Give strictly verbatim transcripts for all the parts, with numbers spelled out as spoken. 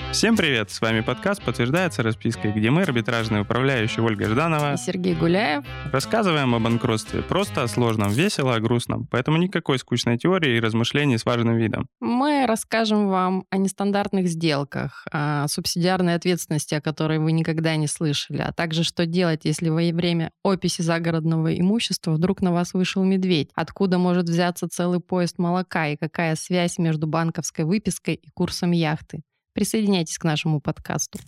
Всем привет! С вами подкаст «Подтверждается распиской», где мы, арбитражные управляющие Ольга Жданова и Сергей Гуляев, рассказываем о банкротстве просто, о сложном, весело, о грустном. Поэтому никакой скучной теории и размышлений с важным видом. Мы расскажем вам о нестандартных сделках, о субсидиарной ответственности, о которой вы никогда не слышали, а также что делать, если во время описи загородного имущества вдруг на вас вышел медведь, откуда может взяться целый поезд молока и какая связь между банковской выпиской и курсом яхты. Присоединяйтесь к нашему подкасту.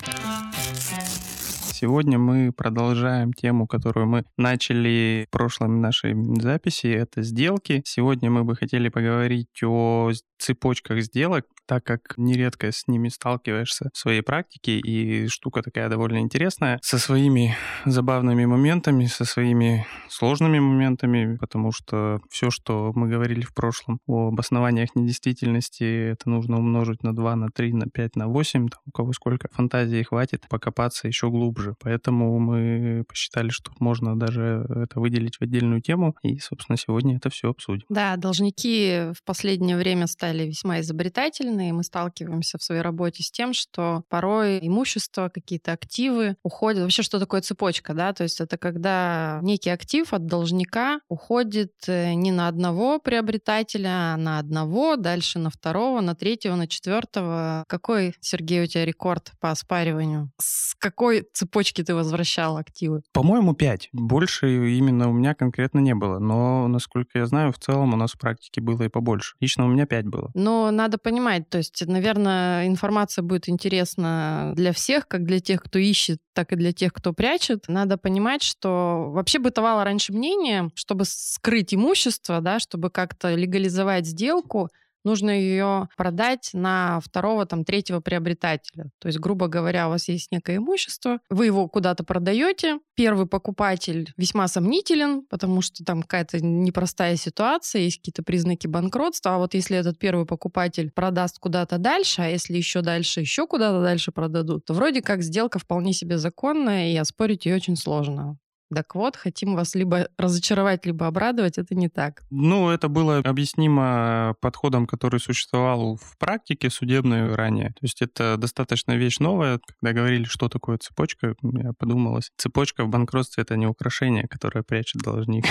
Сегодня мы продолжаем тему, которую мы начали в прошлой нашей записи. Это сделки. Сегодня мы бы хотели поговорить о цепочках сделок, так как нередко с ними сталкиваешься в своей практике, и штука такая довольно интересная, со своими забавными моментами, со своими сложными моментами, потому что все, что мы говорили в прошлом об основаниях недействительности, это нужно умножить на два, на три, на пять, на восемь, там, у кого сколько фантазии хватит, покопаться еще глубже. Поэтому мы посчитали, что можно даже это выделить в отдельную тему, и, собственно, сегодня это все обсудим. Да, должники в последнее время стали весьма изобретательны, и мы сталкиваемся в своей работе с тем, что порой имущество, какие-то активы уходят. Вообще, что такое цепочка, да? То есть это когда некий актив от должника уходит не на одного приобретателя, а на одного, дальше на второго, на третьего, на четвертого. Какой, Сергей, у тебя рекорд по оспариванию? С какой цепочки ты возвращал активы? По-моему, пять. Больше именно у меня конкретно не было. Но, насколько я знаю, в целом у нас в практике было и побольше. Лично у меня пять было. Но надо понимать, то есть, наверное, информация будет интересна для всех, как для тех, кто ищет, так и для тех, кто прячет. Надо понимать, что вообще бытовало раньше мнение, чтобы скрыть имущество, да, чтобы как-то легализовать сделку, нужно ее продать на второго, там, третьего приобретателя. То есть, грубо говоря, у вас есть некое имущество, вы его куда-то продаете, первый покупатель весьма сомнителен, потому что там какая-то непростая ситуация, есть какие-то признаки банкротства, а вот если этот первый покупатель продаст куда-то дальше, а если еще дальше, еще куда-то дальше продадут, то вроде как сделка вполне себе законная, и оспорить ее очень сложно. Так вот, хотим вас либо разочаровать, либо обрадовать, это не так. Ну, это было объяснимо подходом, который существовал в практике судебной ранее. То есть это достаточно вещь новая. Когда говорили, что такое цепочка, я подумалось, цепочка в банкротстве — это не украшение, которое прячет должник.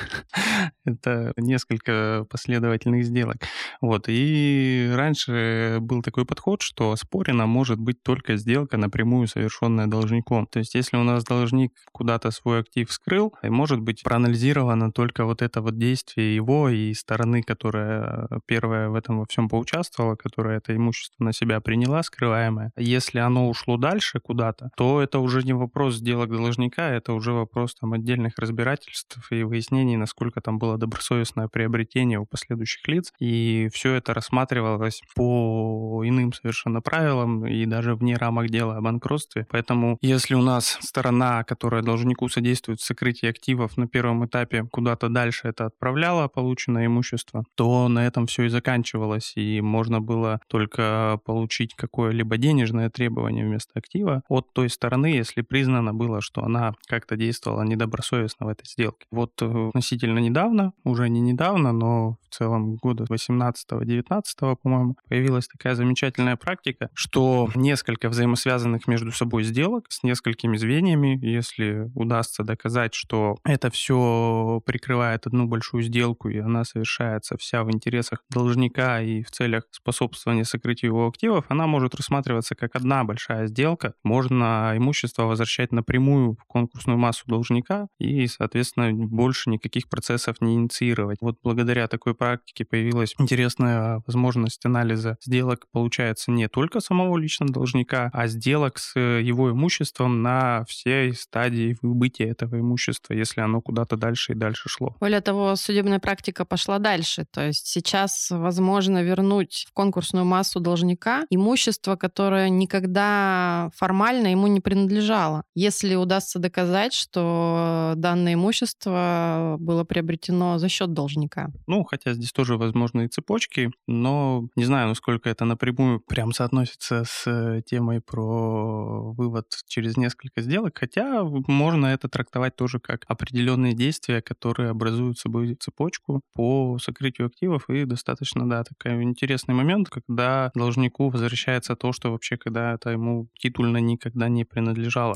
Это несколько последовательных сделок. Вот. И раньше был такой подход, что оспорена может быть только сделка, напрямую совершенная должником. То есть если у нас должник куда-то свой актив скрыл, и может быть проанализировано только вот это вот действие его и стороны, которая первая в этом во всем поучаствовала, которая это имущество на себя приняла, скрываемое. Если оно ушло дальше куда-то, то это уже не вопрос сделок должника, это уже вопрос там отдельных разбирательств и выяснений, насколько там было добросовестное приобретение у последующих лиц. И все это рассматривалось по иным совершенно правилам и даже вне рамок дела о банкротстве. Поэтому если у нас сторона, которая должнику содействует в сокрытии активов на первом этапе, куда-то дальше это отправляла полученное имущество, то на этом все и заканчивалось, и можно было только получить какое-либо денежное требование вместо актива от той стороны, если признано было, что она как-то действовала недобросовестно в этой сделке. Вот относительно недавно, уже не недавно, но в целом года восемнадцатого-девятнадцатого, по-моему, появилась такая замечательная практика, что несколько взаимосвязанных между собой сделок с несколькими звеньями, если удастся доказать, что это все прикрывает одну большую сделку, и она совершается вся в интересах должника и в целях способствования сокрытию его активов, она может рассматриваться как одна большая сделка. Можно имущество возвращать напрямую в конкурсную массу должника и, соответственно, больше никаких процессов не инициировать. Вот благодаря такой практике появилась интересная возможность анализа сделок, получается, не только самого лично должника, а сделок с его имуществом на всей стадии выбытия этого имущества, если оно куда-то дальше и дальше шло. Более того, судебная практика пошла дальше. То есть сейчас возможно вернуть в конкурсную массу должника имущество, которое никогда формально ему не принадлежало, если удастся доказать, что данное имущество было приобретено за счет должника. Ну, хотя здесь тоже возможны и цепочки, но не знаю, насколько это напрямую прям соотносится с темой про вывод через несколько сделок, хотя можно это трактовать трактовать тоже как определенные действия, которые образуют собой цепочку по сокрытию активов. И достаточно, да, такой интересный момент, когда должнику возвращается то, что вообще когда-то ему титульно никогда не принадлежало.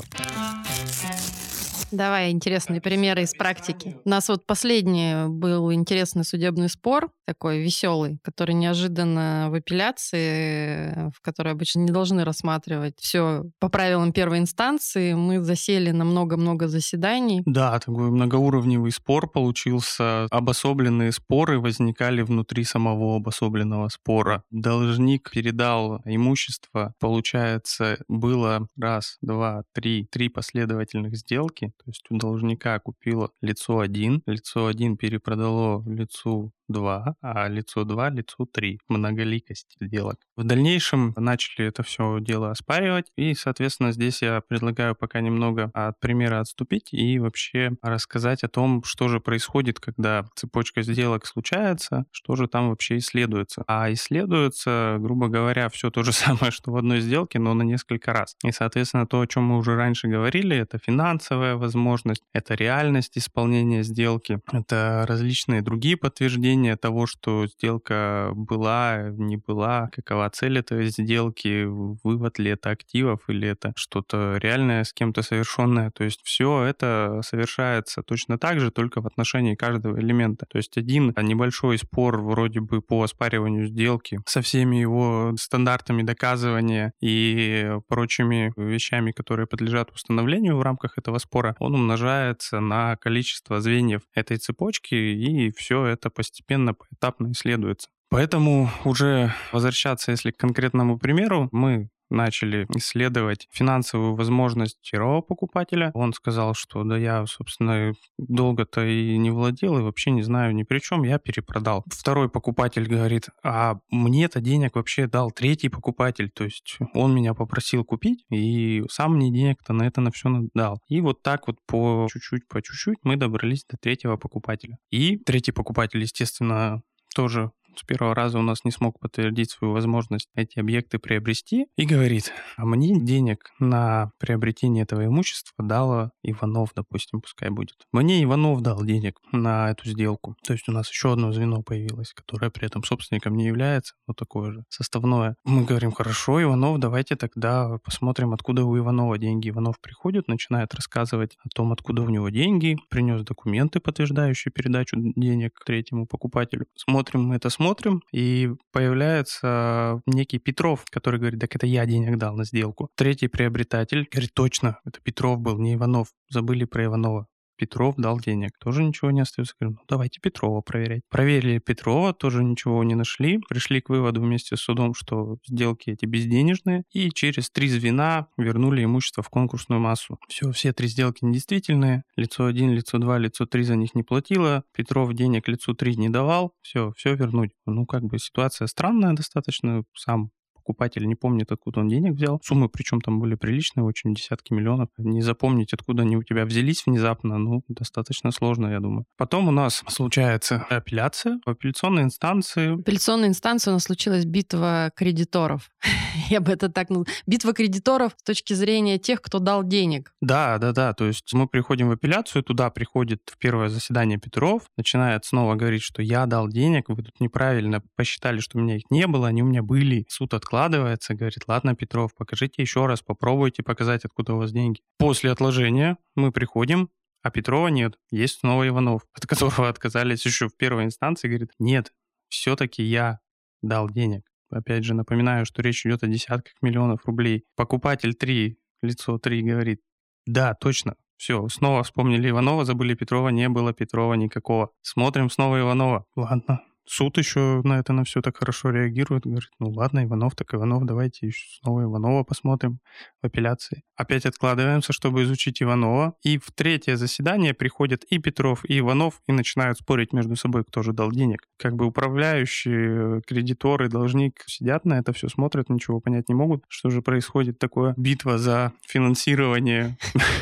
Давай интересные примеры из практики. У нас вот последний был интересный судебный спор, такой веселый, который неожиданно в апелляции, в которой обычно не должны рассматривать все по правилам первой инстанции, мы засели на много-много заседаний. Да, такой многоуровневый спор получился. Обособленные споры возникали внутри самого обособленного спора. Должник передал имущество, получается, было раз, два, три, три последовательных сделки. То есть у должника купило лицо один, лицо один перепродало лицу два, а лицо два лицу три. Многоликость сделок. В дальнейшем начали это все дело оспаривать, и, соответственно, здесь я предлагаю пока немного от примера отступить и вообще рассказать о том, что же происходит, когда цепочка сделок случается, что же там вообще исследуется. А исследуется, грубо говоря, все то же самое, что в одной сделке, но на несколько раз. И, соответственно, то, о чем мы уже раньше говорили, это финансовая возможность, это реальность исполнения сделки, это различные другие подтверждения того, что сделка была, не была, какова цель этой сделки, вывод ли это активов или это что-то реальное с кем-то совершенное. То есть все это совершается точно так же, только в отношении каждого элемента. То есть один небольшой спор вроде бы по оспариванию сделки со всеми его стандартами доказывания и прочими вещами, которые подлежат установлению в рамках этого спора, он умножается на количество звеньев этой цепочки, и все это постепенно постепенно, поэтапно исследуется. Поэтому уже возвращаться, если к конкретному примеру, мы начали исследовать финансовую возможность первого покупателя. Он сказал, что да я, собственно, долго-то и не владел, и вообще не знаю ни при чем, я перепродал. Второй покупатель говорит, а мне-то денег вообще дал третий покупатель, то есть он меня попросил купить, и сам мне денег-то на это на все дал. И вот так вот по чуть-чуть, по чуть-чуть мы добрались до третьего покупателя. И третий покупатель, естественно, тоже с первого раза у нас не смог подтвердить свою возможность эти объекты приобрести и говорит, а мне денег на приобретение этого имущества дало Иванов, допустим, пускай будет. Мне Иванов дал денег на эту сделку. То есть у нас еще одно звено появилось, которое при этом собственником не является, но такое же составное. Мы говорим, хорошо, Иванов, давайте тогда посмотрим, откуда у Иванова деньги. Иванов приходит, начинает рассказывать о том, откуда у него деньги, принес документы, подтверждающие передачу денег третьему покупателю. Смотрим мы это, смотрим, Смотрим, и появляется некий Петров, который говорит, так это я денег дал на сделку. Третий приобретатель говорит, точно, это Петров был, не Иванов, забыли про Иванова. Петров дал денег. Тоже ничего не остается. Говорю, ну давайте Петрова проверять. Проверили Петрова, тоже ничего не нашли. Пришли к выводу вместе с судом, что сделки эти безденежные. И через три звена вернули имущество в конкурсную массу. Все, все три сделки недействительные. Лицо один, лицо два, лицо три за них не платило. Петров денег лицу три не давал. Все, все вернуть. Ну как бы ситуация странная достаточно. Сам покупатель не помнит, откуда он денег взял. Суммы причем там были приличные, очень десятки миллионов. Не запомнить, откуда они у тебя взялись внезапно, ну, достаточно сложно, я думаю. Потом у нас случается апелляция. В апелляционной инстанции... В апелляционной инстанции у нас случилась битва кредиторов. Я бы это так назвала. Битва кредиторов с точки зрения тех, кто дал денег. Да, да, да. То есть мы приходим в апелляцию, туда приходит в первое заседание Петров, начинает снова говорить, что я дал денег, вы тут неправильно посчитали, что у меня их не было, они у меня были. Суд откладывается. Откладывается, говорит, ладно, Петров, покажите еще раз, попробуйте показать, откуда у вас деньги. После отложения мы приходим, а Петрова нет, есть снова Иванов, от которого отказались еще в первой инстанции, говорит, нет, все-таки я дал денег. Опять же, напоминаю, что речь идет о десятках миллионов рублей. Покупатель три, лицо три говорит, да, точно, все, снова вспомнили Иванова, забыли Петрова, не было Петрова никакого. Смотрим снова Иванова, ладно. Суд еще на это на все так хорошо реагирует, говорит, ну ладно, Иванов так Иванов, давайте еще снова Иванова посмотрим в апелляции. Опять откладываемся, чтобы изучить Иванова. И в третье заседание приходят и Петров, и Иванов, и начинают спорить между собой, кто же дал денег. Как бы управляющие, кредиторы, должник сидят на это все, смотрят, ничего понять не могут, что же происходит такое. Битва за финансирование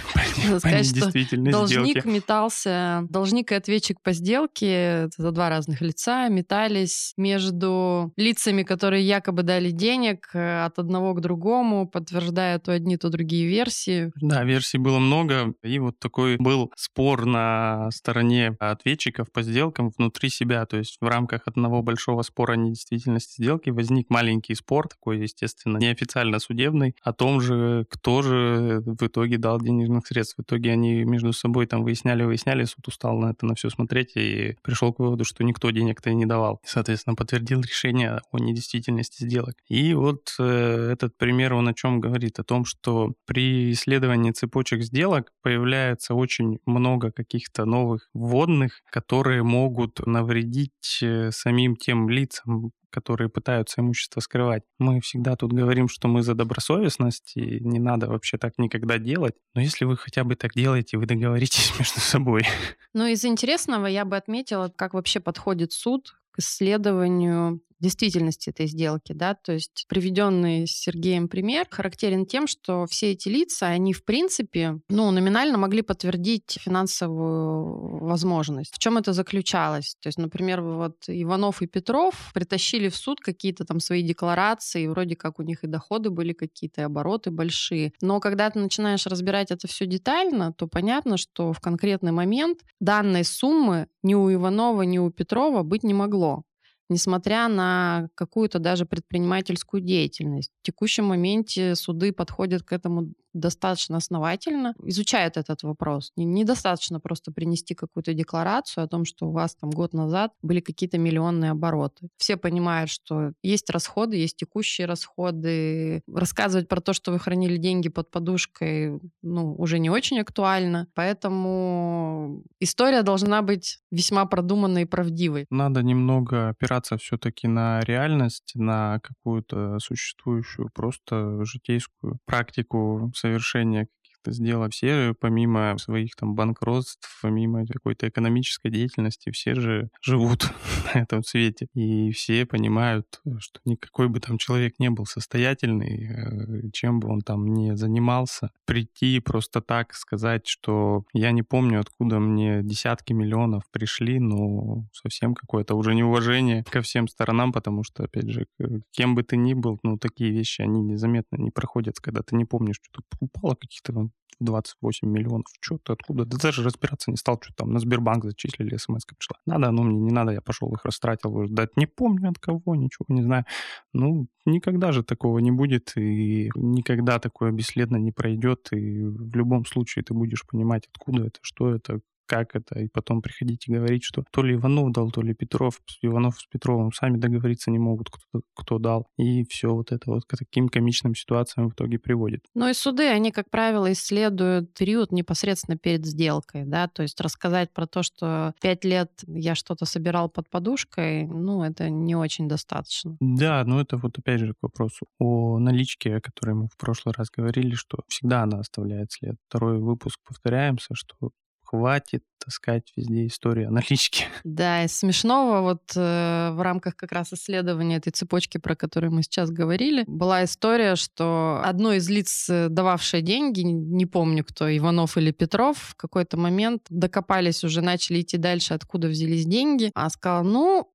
по недействительной сделки. Должник метался, должник и ответчик по сделке, это два разных лица, метались между лицами, которые якобы дали денег, э, от одного к другому, подтверждая то одни, то другие версии. Да, версий было много, и вот такой был спор на стороне ответчиков по сделкам внутри себя, то есть в рамках одного большого спора о недействительности сделки возник маленький спор, такой, естественно, неофициально судебный, о том же, кто же в итоге дал денежных средств. В итоге они между собой там выясняли, выясняли, суд устал на это на все смотреть и пришел к выводу, что никто денег-то и не давал. И, соответственно, подтвердил решение о недействительности сделок. И вот э, этот пример, он о чем говорит? О том, что при исследовании цепочек сделок появляется очень много каких-то новых вводных, которые могут навредить э, самим тем лицам, которые пытаются имущество скрывать. Мы всегда тут говорим, что мы за добросовестность, и не надо вообще так никогда делать. Но если вы хотя бы так делаете, вы договоритесь между собой. Ну, из интересного я бы отметила, как вообще подходит суд к исследованию действительности этой сделки, да, то есть приведенный Сергеем пример характерен тем, что все эти лица, они в принципе, ну, номинально могли подтвердить финансовую возможность. В чем это заключалось? То есть, например, вот Иванов и Петров притащили в суд какие-то там свои декларации, вроде как у них и доходы были какие-то, и обороты большие. Но когда ты начинаешь разбирать это все детально, то понятно, что в конкретный момент данной суммы ни у Иванова, ни у Петрова быть не могло, несмотря на какую-то даже предпринимательскую деятельность. В текущем моменте суды подходят к этому достаточно основательно, изучают этот вопрос. Недостаточно просто принести какую-то декларацию о том, что у вас там год назад были какие-то миллионные обороты. Все понимают, что есть расходы, есть текущие расходы. Рассказывать про то, что вы хранили деньги под подушкой, ну, уже не очень актуально. Поэтому история должна быть весьма продуманной и правдивой. Надо немного опираться все-таки на реальность, на какую-то существующую просто житейскую практику совершения каких-то сделок. Все, помимо своих там банкротств, помимо какой-то экономической деятельности, все же живут на этом свете. И все понимают, что никакой бы там человек не был состоятельный, чем бы он там ни занимался, прийти просто так сказать, что я не помню, откуда мне десятки миллионов пришли, но совсем какое-то уже неуважение ко всем сторонам, потому что, опять же, кем бы ты ни был, ну, такие вещи, они незаметно не проходят, когда ты не помнишь, что тут упало каких-то там двадцать восемь миллионов, что-то откуда, да даже разбираться не стал, что там на Сбербанк зачислили, смс-ка пришла. Надо, оно мне не надо, я пошел их растратил, да не помню от кого, ничего не знаю. Ну, никогда же такого не будет, и никогда такое бесследно не пройдет, и в любом случае ты будешь понимать, откуда это, что это, как это, и потом приходить и говорить, что то ли Иванов дал, то ли Петров, Иванов с Петровым сами договориться не могут, кто, кто дал, и все вот это вот к таким комичным ситуациям в итоге приводит. Ну и суды, они, как правило, исследуют период непосредственно перед сделкой, да, то есть рассказать про то, что пять лет я что-то собирал под подушкой, ну, это не очень достаточно. Да, ну это вот опять же к вопросу о наличке, о которой мы в прошлый раз говорили, что всегда она оставляет след. Второй выпуск повторяемся, что хватит таскать везде историю о наличке. Да, из смешного вот э, в рамках как раз исследования этой цепочки, про которую мы сейчас говорили, была история, что одно из лиц, дававшее деньги, не помню кто, Иванов или Петров, в какой-то момент докопались уже, начали идти дальше, откуда взялись деньги, а сказал, ну,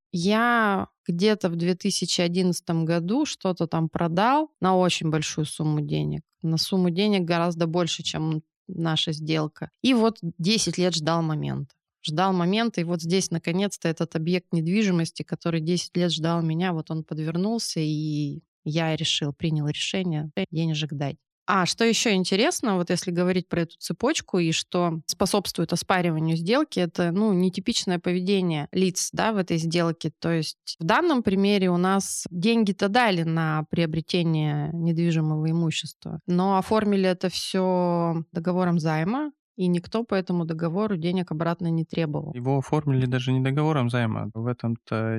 я где-то в две тысячи одиннадцатом году что-то там продал на очень большую сумму денег, на сумму денег гораздо больше, чем наша сделка. И вот десять лет ждал момента. Ждал момента, и вот здесь, наконец-то, этот объект недвижимости, который десять лет ждал меня, вот он подвернулся, и я решил, принял решение денежек дать. А что еще интересно, вот если говорить про эту цепочку и что способствует оспариванию сделки, это, ну, нетипичное поведение лиц, да, в этой сделке. То есть в данном примере у нас деньги-то дали на приобретение недвижимого имущества, но оформили это все договором займа, и никто по этому договору денег обратно не требовал. Его оформили даже не договором займа. В этом-то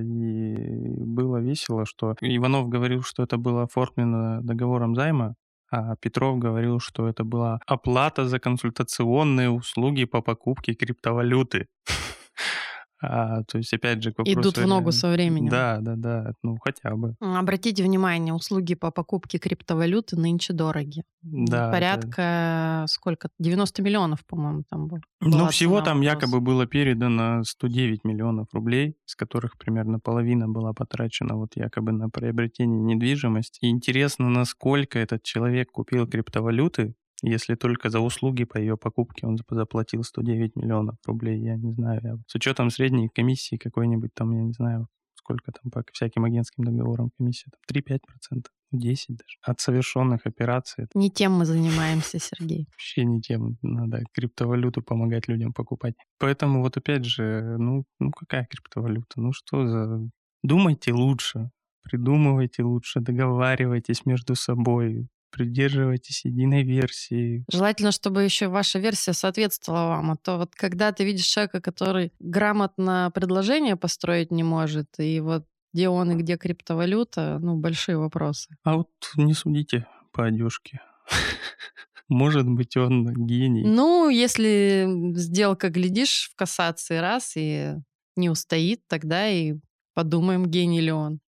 и было весело, что Иванов говорил, что это было оформлено договором займа, а Петров говорил, что это была оплата за консультационные услуги по покупке криптовалюты. А, то есть, опять же, к вопросу... Идут в ногу со временем. Да, да, да, ну хотя бы. Обратите внимание, услуги по покупке криптовалюты нынче дороги. Да, это... Порядка сколько? девяносто миллионов, по-моему, там был. Ну, была всего цена там вопроса. якобы было передано сто девять миллионов рублей, из которых примерно половина была потрачена вот якобы на приобретение недвижимости. И интересно, насколько этот человек купил криптовалюты, если только за услуги по ее покупке он заплатил сто девять миллионов рублей. Я не знаю, я... с учетом средней комиссии какой-нибудь там, я не знаю, сколько там по всяким агентским договорам комиссия, там три-пять процентов. десять даже. От совершенных операций. Не тем мы занимаемся, Сергей. Вообще не тем. Надо криптовалюту помогать людям покупать. Поэтому вот опять же, ну, ну какая криптовалюта? Ну что за... Думайте лучше, придумывайте лучше, договаривайтесь между собой, придерживайтесь единой версии. Желательно, чтобы еще ваша версия соответствовала вам. А то вот когда ты видишь человека, который грамотно предложение построить не может, и вот где он и где криптовалюта, ну, большие вопросы. А вот не судите по одежке. Может быть, он гений. Ну, если сделка, глядишь, в кассации раз и не устоит, тогда и подумаем, гений ли он.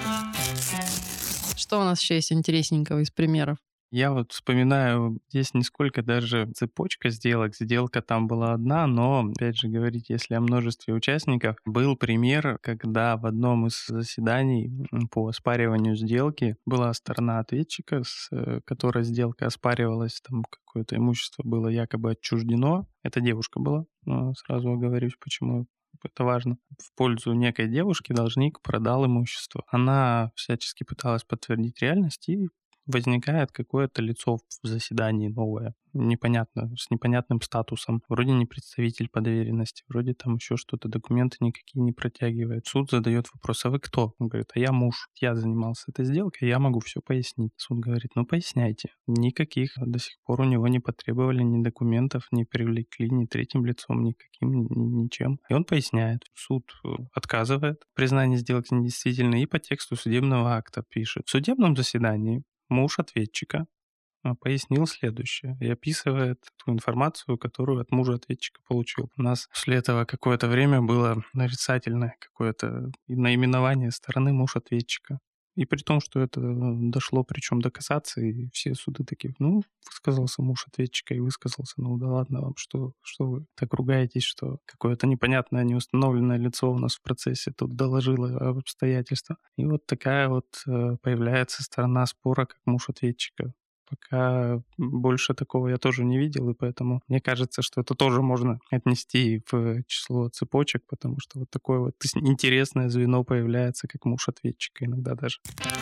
Что у нас еще есть интересненького из примеров? Я вот вспоминаю, здесь не сколько даже цепочка сделок, сделка там была одна, но, опять же, говорить, если о множестве участников, был пример, когда в одном из заседаний по оспариванию сделки была сторона ответчика, с которой сделка оспаривалась, там какое-то имущество было якобы отчуждено. Это девушка была, сразу оговорюсь, почему это важно. В пользу некой девушки должник продал имущество. Она всячески пыталась подтвердить реальность, и возникает какое-то лицо в заседании новое, непонятно, с непонятным статусом. Вроде не представитель по доверенности, вроде там еще что-то, документы никакие не протягивает. Суд задает вопрос: а вы кто? Он говорит: а я муж, я занимался этой сделкой, я могу все пояснить. Суд говорит: ну поясняйте. Никаких до сих пор у него не потребовали ни документов, не привлекли ни третьим лицом, никаким, ни, ничем. И он поясняет. Суд отказывает признание сделки недействительной и по тексту судебного акта пишет: в судебном заседании муж ответчика пояснил следующее и описывает ту информацию, которую от мужа ответчика получил. У нас после этого какое-то время было нарицательное какое-то наименование стороны муж ответчика. И при том, что это дошло причем до кассации, все суды такие: ну, высказался муж ответчика и высказался, ну да ладно вам, что, что вы так ругаетесь, что какое-то непонятное, неустановленное лицо у нас в процессе тут доложило обстоятельства. И вот такая вот появляется сторона спора, как муж ответчика. Пока больше такого я тоже не видел, и поэтому мне кажется, что это тоже можно отнести в число цепочек, потому что вот такое вот интересное звено появляется, как муж ответчика иногда даже.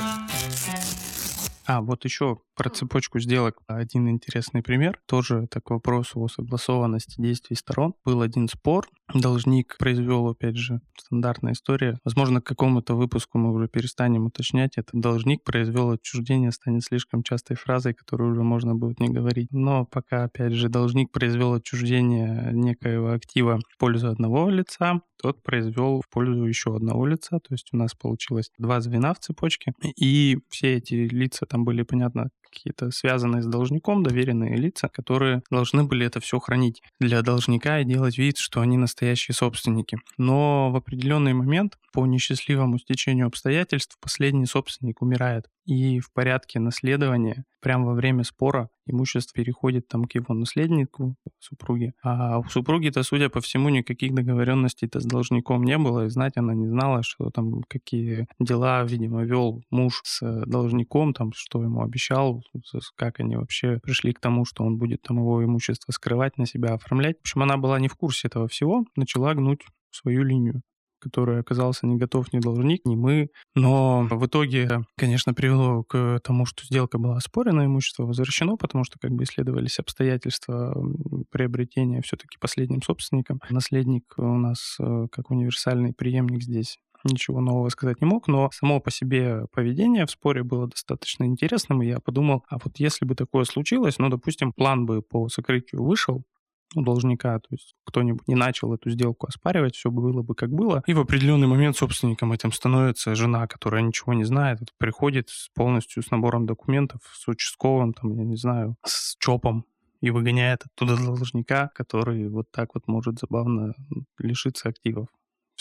А, вот еще про цепочку сделок один интересный пример. Тоже это к вопросу о согласованности действий сторон. Был один спор. Должник произвел, опять же, стандартная история. Возможно, к какому-то выпуску мы уже перестанем уточнять. Это должник произвел отчуждение, станет слишком частой фразой, которую уже можно будет не говорить. Но пока, опять же, должник произвел отчуждение некоего актива в пользу одного лица, тот произвел в пользу еще одного лица. То есть у нас получилось два звена в цепочке. И все эти лица там были, понятно, какие-то связанные с должником, доверенные лица, которые должны были это все хранить для должника и делать вид, что они настоящие собственники. Но в определенный момент, по несчастливому стечению обстоятельств, последний собственник умирает. И в порядке наследования, прямо во время спора, имущество переходит там к его наследнику, супруге. А у супруги-то, судя по всему, никаких договоренностей-то с должником не было, и знать она не знала, что там какие дела, видимо, вел муж с должником, там, что ему обещал, как они вообще пришли к тому, что он будет там его имущество скрывать, на себя оформлять. В общем, она была не в курсе этого всего, начала гнуть свою линию, который оказался не готов ни должник, ни мы. Но в итоге, конечно, привело к тому, что сделка была оспорена, имущество возвращено, потому что как бы исследовались обстоятельства приобретения все-таки последним собственником. Наследник у нас как универсальный преемник здесь ничего нового сказать не мог, но само по себе поведение в споре было достаточно интересным, и я подумал, а вот если бы такое случилось, ну, допустим, план бы по сокрытию вышел у должника, то есть кто-нибудь не начал эту сделку оспаривать, все было бы как было. И в определенный момент собственником этим становится жена, которая ничего не знает, приходит полностью с набором документов, с участковым, там, я не знаю, с ЧОПом, и выгоняет оттуда должника, который вот так вот может забавно лишиться активов.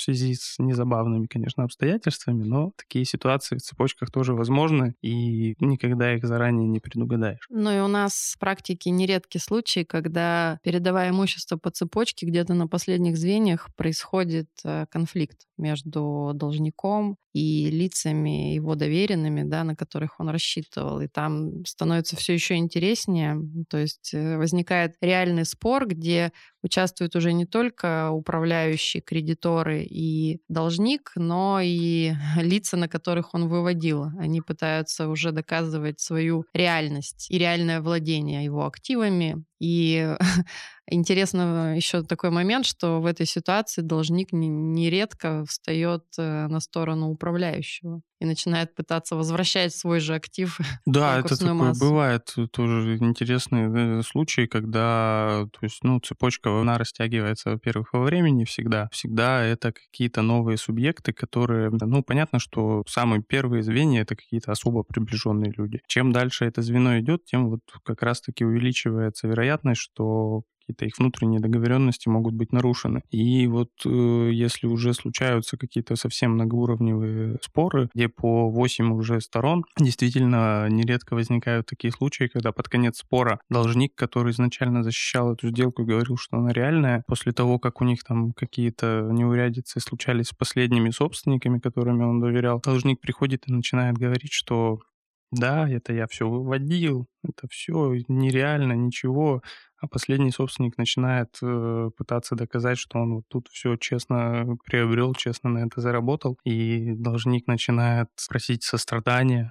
связи с незабавными, конечно, обстоятельствами, но такие ситуации в цепочках тоже возможны, и никогда их заранее не предугадаешь. Ну и у нас в практике нередки случаи, когда, передавая имущество по цепочке, где-то на последних звеньях происходит э, конфликт между должником и лицами его доверенными, да, на которых он рассчитывал. И там становится все еще интереснее. То есть э, возникает реальный спор, где участвуют уже не только управляющие, кредиторы и должник, но и лица, на которых он выводил. Они пытаются уже доказывать свою реальность и реальное владение его активами. И интересно еще такой момент, что в этой ситуации должник нередко встает на сторону управляющего и начинает пытаться возвращать свой же актив в Да, это конкурсную такое массу. бывает тоже интересные да, случаи, когда то есть, ну, цепочка она растягивается, во-первых, во времени всегда. Всегда это какие-то новые субъекты, которые, ну, понятно, что самые первые звенья это какие-то особо приближенные люди. Чем дальше это звено идет, тем вот как раз-таки увеличивается вероятность, что какие-то их внутренние договоренности могут быть нарушены. И вот э, если уже случаются какие-то совсем многоуровневые споры, где по восемь уже сторон, действительно нередко возникают такие случаи, когда под конец спора должник, который изначально защищал эту сделку и говорил, что она реальная, после того, как у них там какие-то неурядицы случались с последними собственниками, которыми он доверял, должник приходит и начинает говорить, что да, это я все выводил, это все нереально, ничего. А последний собственник начинает э, пытаться доказать, что он вот тут все честно приобрел, честно на это заработал. И должник начинает просить сострадания,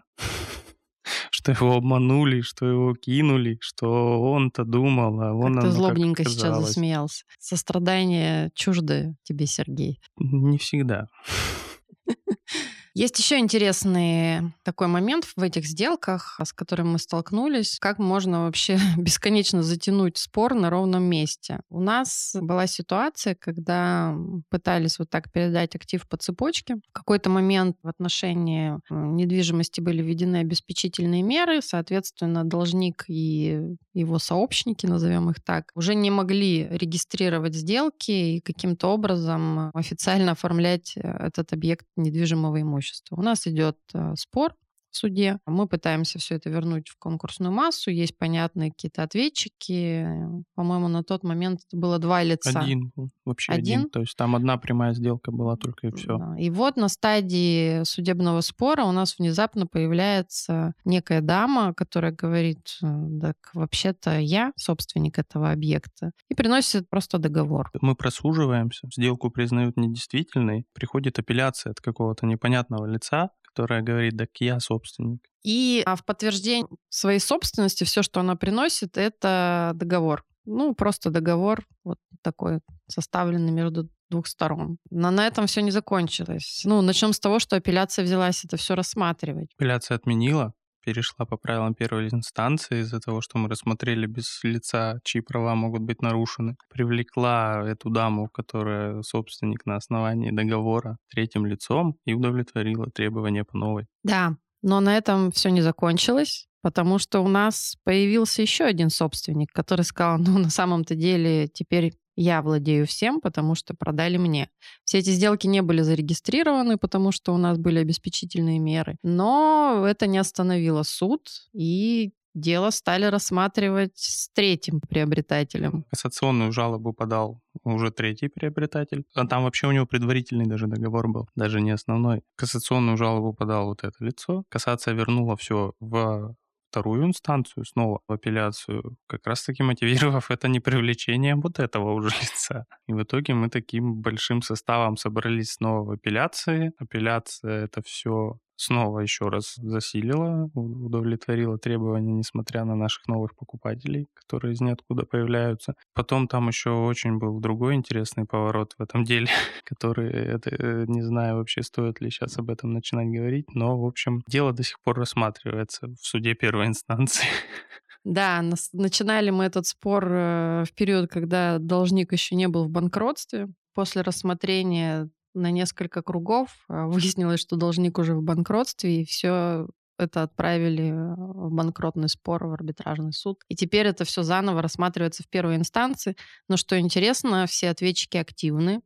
что его обманули, что его кинули, что он-то думал, а вон Как ты оно как злобненько сейчас оказалось. засмеялся. Сострадание чуждое тебе, Сергей. Не всегда. Есть еще интересный такой момент в этих сделках, с которым мы столкнулись. Как можно вообще бесконечно затянуть спор на ровном месте? У нас была ситуация, когда пытались вот так передать актив по цепочке. В какой-то момент в отношении недвижимости были введены обеспечительные меры, соответственно, должник и его сообщники, назовем их так, уже не могли регистрировать сделки и каким-то образом официально оформлять этот объект недвижимого имущества. У нас идет э, спор в суде. Мы пытаемся все это вернуть в конкурсную массу. Есть понятные какие-то ответчики. По-моему, на тот момент это было два лица. Один был, вообще Один? один. То есть там одна прямая сделка была только и все. Да. И вот на стадии судебного спора у нас внезапно появляется некая дама, которая говорит, так вообще-то я собственник этого объекта, и приносит просто договор. Мы прослуживаемся, сделку признают недействительной, приходит апелляция от какого-то непонятного лица, которая говорит, так я собственник. И а в подтверждение своей собственности все, что она приносит, это договор. Ну, просто договор вот такой, составленный между двух сторон. Но на этом все не закончилось. Ну, начнем с того, что апелляция взялась это все рассматривать. Апелляция отменила, перешла по правилам первой инстанции из-за того, что мы рассмотрели без лица, чьи права могут быть нарушены. Привлекла эту даму, которая собственник на основании договора, третьим лицом и удовлетворила требования по новой. Да, но на этом все не закончилось, потому что у нас появился еще один собственник, который сказал, ну, на самом-то деле теперь я владею всем, потому что продали мне. Все эти сделки не были зарегистрированы, потому что у нас были обеспечительные меры. Но это не остановило суд, и дело стали рассматривать с третьим приобретателем. Кассационную жалобу подал уже третий приобретатель. А там вообще у него предварительный даже договор был, даже не основной. Кассационную жалобу подал вот это лицо. Кассация вернула все в вторую инстанцию, снова в апелляцию, как раз-таки мотивировав это не привлечением вот этого уже лица. И в итоге мы таким большим составом собрались снова в апелляции. Апелляция это все снова еще раз засилила, удовлетворила требования, несмотря на наших новых покупателей, которые из ниоткуда появляются. Потом там еще очень был другой интересный поворот в этом деле, который, это, не знаю вообще, стоит ли сейчас об этом начинать говорить, но, в общем, дело до сих пор рассматривается в суде первой инстанции. Да, нас- начинали мы этот спор э, в период, когда должник еще не был в банкротстве. После рассмотрения на несколько кругов э, выяснилось, что должник уже в банкротстве, и все это отправили в банкротный спор, в арбитражный суд. И теперь это все заново рассматривается в первой инстанции. Но что интересно, все ответчики активны.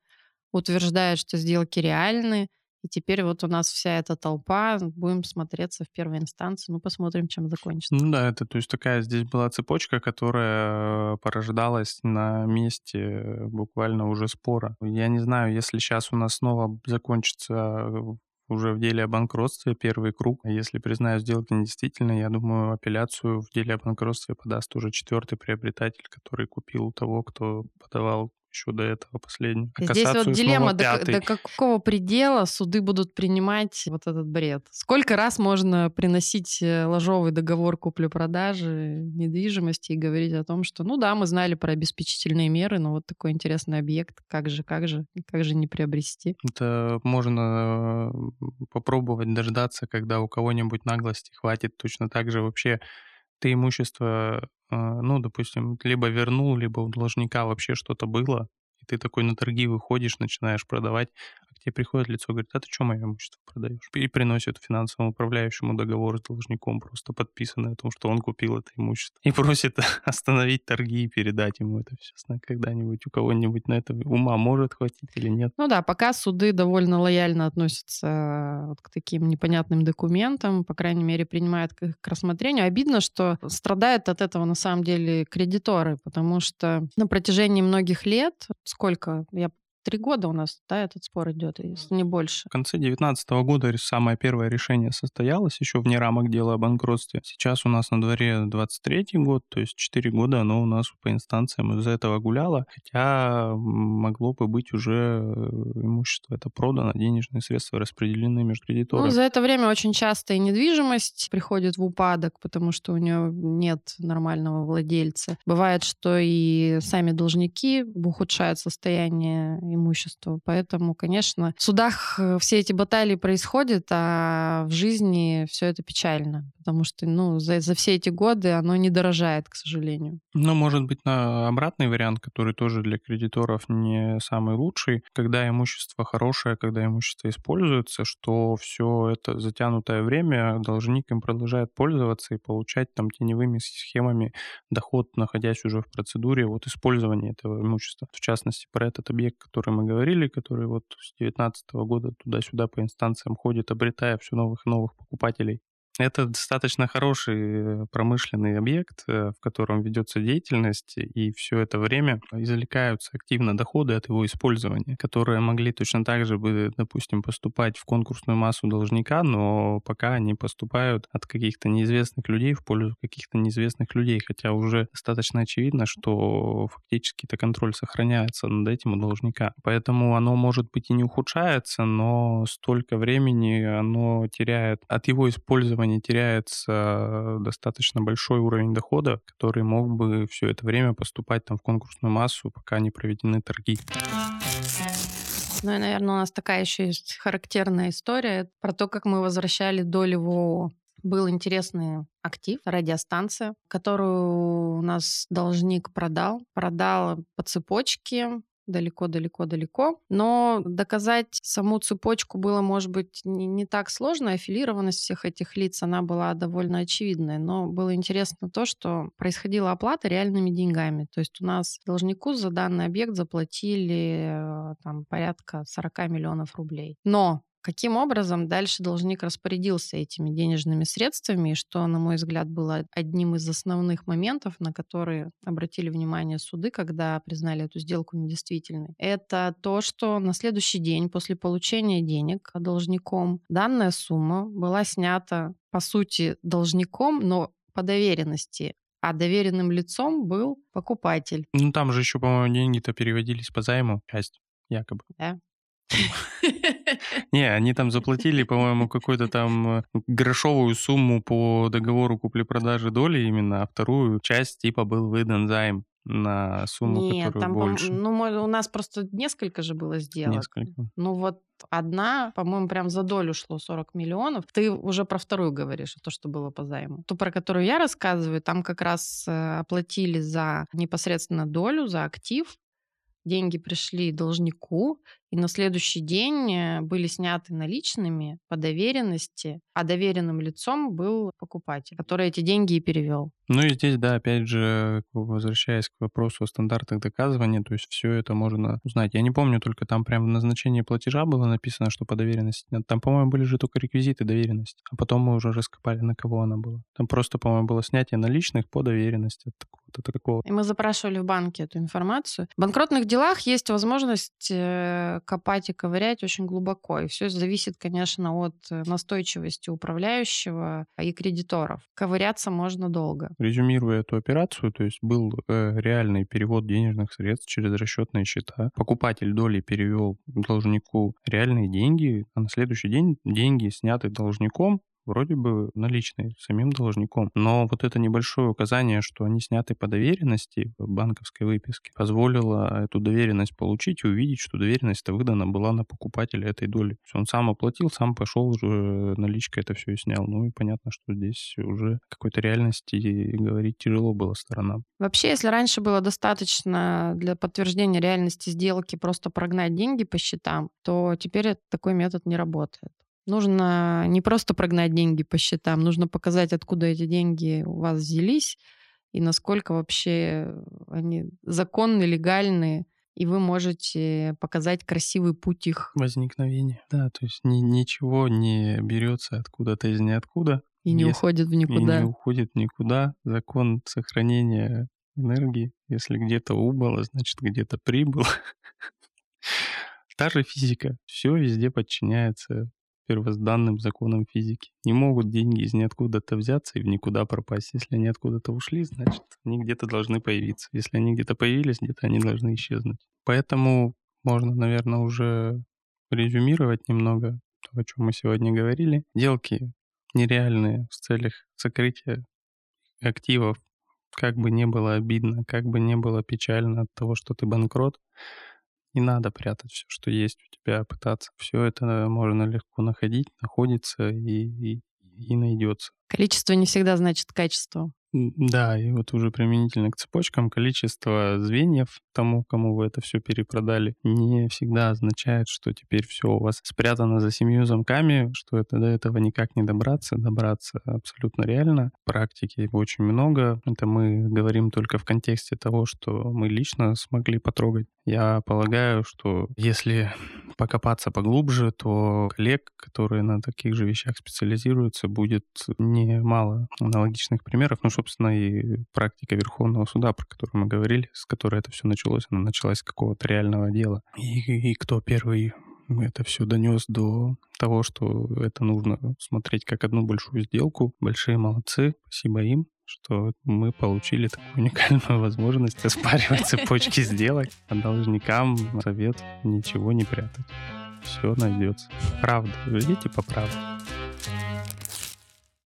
утверждает, что сделки реальны. И теперь вот у нас вся эта толпа, будем смотреться в первой инстанции, ну, посмотрим, чем закончится. Ну да, это, то есть такая здесь была цепочка, которая порождалась на месте буквально уже спора. Я не знаю, если сейчас у нас снова закончится уже в деле о банкротстве первый круг, если признаю сделки недействительной, я думаю, апелляцию в деле о банкротстве подаст уже четвертый приобретатель, который купил у того, кто подавал еще до этого последний. А Здесь вот дилемма, до, пятый. до какого предела суды будут принимать вот этот бред? Сколько раз можно приносить ложовый договор купли-продажи недвижимости и говорить о том, что, ну да, мы знали про обеспечительные меры, но вот такой интересный объект, как же, как же, как же не приобрести? Это можно попробовать дождаться, когда у кого-нибудь наглости хватит точно так же вообще ты имущество, ну, допустим, либо вернул, либо у должника вообще что-то было, и ты такой на торги выходишь, начинаешь продавать, а к тебе приходит лицо, говорит, а ты что мое имущество продаешь? И приносит финансовому управляющему договор с должником, просто подписанный о том, что он купил это имущество. И просит остановить торги и передать ему это все. Когда-нибудь у кого-нибудь на это ума может хватить или нет? Ну да, пока суды довольно лояльно относятся вот к таким непонятным документам, по крайней мере, принимают их к рассмотрению. Обидно, что страдают от этого на самом деле кредиторы, потому что на протяжении многих лет, сколько, я Три года у нас, да, этот спор идет, если не больше. В конце девятнадцатого года самое первое решение состоялось еще вне рамок дела о банкротстве. Сейчас у нас на дворе двадцать третий год, то есть четыре года оно у нас по инстанциям из-за этого гуляло, хотя могло бы быть уже имущество это продано, денежные средства распределены между кредиторами. Ну, за это время очень часто и недвижимость приходит в упадок, потому что у нее нет нормального владельца. Бывает, что и сами должники ухудшают состояние имущества. Поэтому, конечно, в судах все эти баталии происходят, а в жизни все это печально. Потому что ну, за, за все эти годы оно не дорожает, к сожалению. Ну, может быть, на обратный вариант, который тоже для кредиторов не самый лучший, когда имущество хорошее, когда имущество используется, что все это затянутое время должник им продолжает пользоваться и получать там теневыми схемами доход, находясь уже в процедуре вот использования этого имущества. В частности, про этот объект, который мы говорили, который вот с девятнадцатого года туда-сюда по инстанциям ходит, обретая все новых и новых покупателей. Это достаточно хороший промышленный объект, в котором ведется деятельность, и все это время извлекаются активно доходы от его использования, которые могли точно так же бы, допустим, поступать в конкурсную массу должника, но пока они поступают от каких-то неизвестных людей в пользу каких-то неизвестных людей, хотя уже достаточно очевидно, что фактически-то контроль сохраняется над этим у должника. Поэтому оно, может быть, и не ухудшается, но столько времени оно теряет от его использования теряется достаточно большой уровень дохода, который мог бы все это время поступать там в конкурсную массу, пока не проведены торги. Ну и, наверное, у нас такая еще есть характерная история про то, как мы возвращали доли в ООО. Был интересный актив, радиостанция, которую у нас должник продал. Продал по цепочке, далеко-далеко-далеко. Но доказать саму цепочку было, может быть, не, не так сложно. Аффилированность всех этих лиц, она была довольно очевидная. Но было интересно то, что происходила оплата реальными деньгами. То есть у нас должнику за данный объект заплатили там, порядка сорок миллионов рублей. Но каким образом дальше должник распорядился этими денежными средствами, и что, на мой взгляд, было одним из основных моментов, на которые обратили внимание суды, когда признали эту сделку недействительной, это то, что на следующий день после получения денег должником данная сумма была снята, по сути, должником, но по доверенности, а доверенным лицом был покупатель. Ну, там же еще, по-моему, деньги-то переводились по займу, часть, якобы. Да. Не, они там заплатили, по-моему, какую-то там грошовую сумму по договору купли-продажи доли именно, а вторую часть типа был выдан займ на сумму, Нет, которая там, больше. Ну, у нас просто несколько же было сделок. Несколько. Ну вот одна, по-моему, прям за долю шло сорок миллионов. Ты уже про вторую говоришь, то, что было по займу. Ту, про которую я рассказываю, там как раз оплатили за непосредственно долю, за актив, деньги пришли должнику, и на следующий день были сняты наличными по доверенности, а доверенным лицом был покупатель, который эти деньги и перевел. Ну и здесь, да, опять же, возвращаясь к вопросу о стандартах доказывания, то есть все это можно узнать. Я не помню, только там прям в назначении платежа было написано, что по доверенности. Там, по-моему, были же только реквизиты доверенности, а потом мы уже раскопали, на кого она была. Там просто, по-моему, было снятие наличных по доверенности от такого-то, от такого. И мы запрашивали в банке эту информацию. В банкротных делах есть возможность копать и ковырять очень глубоко, и все зависит, конечно, от настойчивости управляющего и кредиторов. Ковыряться можно долго. Резюмируя эту операцию, то есть был э, реальный перевод денежных средств через расчетные счета. Покупатель доли перевел должнику реальные деньги, а на следующий день деньги, снятые должником, вроде бы наличные самим должником. Но вот это небольшое указание, что они сняты по доверенности в банковской выписке, позволило эту доверенность получить и увидеть, что доверенность-то выдана была на покупателя этой доли. То есть он сам оплатил, сам пошел уже наличкой это все и снял. Ну и понятно, что здесь уже какой-то реальности говорить тяжело было сторонам. Вообще, если раньше было достаточно для подтверждения реальности сделки просто прогнать деньги по счетам, то теперь такой метод не работает. Нужно не просто прогнать деньги по счетам, нужно показать, откуда эти деньги у вас взялись и насколько вообще они законны, легальны, и вы можете показать красивый путь их возникновения. Да, то есть ни, ничего не берется откуда-то из ниоткуда. И не если, уходит в никуда. И не уходит никуда. Закон сохранения энергии. Если где-то убыло, значит где-то прибыло. Та же физика. Все везде подчиняется первозданным законам физики. Не могут деньги из ниоткуда-то взяться и в никуда пропасть. Если они откуда-то ушли, значит, они где-то должны появиться. Если они где-то появились, где-то они должны исчезнуть. Поэтому можно, наверное, уже резюмировать немного то, о чем мы сегодня говорили. Сделки нереальные в целях сокрытия активов, как бы не было обидно, как бы не было печально от того, что ты банкрот, не надо прятать все, что есть у тебя, пытаться. Все это можно легко находить, находится и, и, и найдется. Количество не всегда значит качество. Да, и вот уже применительно к цепочкам, количество звеньев тому, кому вы это все перепродали, не всегда означает, что теперь все у вас спрятано за семью замками, что это до этого никак не добраться. Добраться абсолютно реально. Практики очень много. Это мы говорим только в контексте того, что мы лично смогли потрогать. Я полагаю, что если покопаться поглубже, то коллег, которые на таких же вещах специализируются, будет немало аналогичных примеров. Ну, собственно, и практика Верховного суда, про которую мы говорили, с которой это все началось, она началась с какого-то реального дела. И, и кто первый это все донес до того, что это нужно смотреть как одну большую сделку. Большие молодцы, спасибо им, что мы получили такую уникальную возможность оспаривать цепочки сделок, а должникам совет ничего не прятать. Все найдется. Правда. Ждите по правде.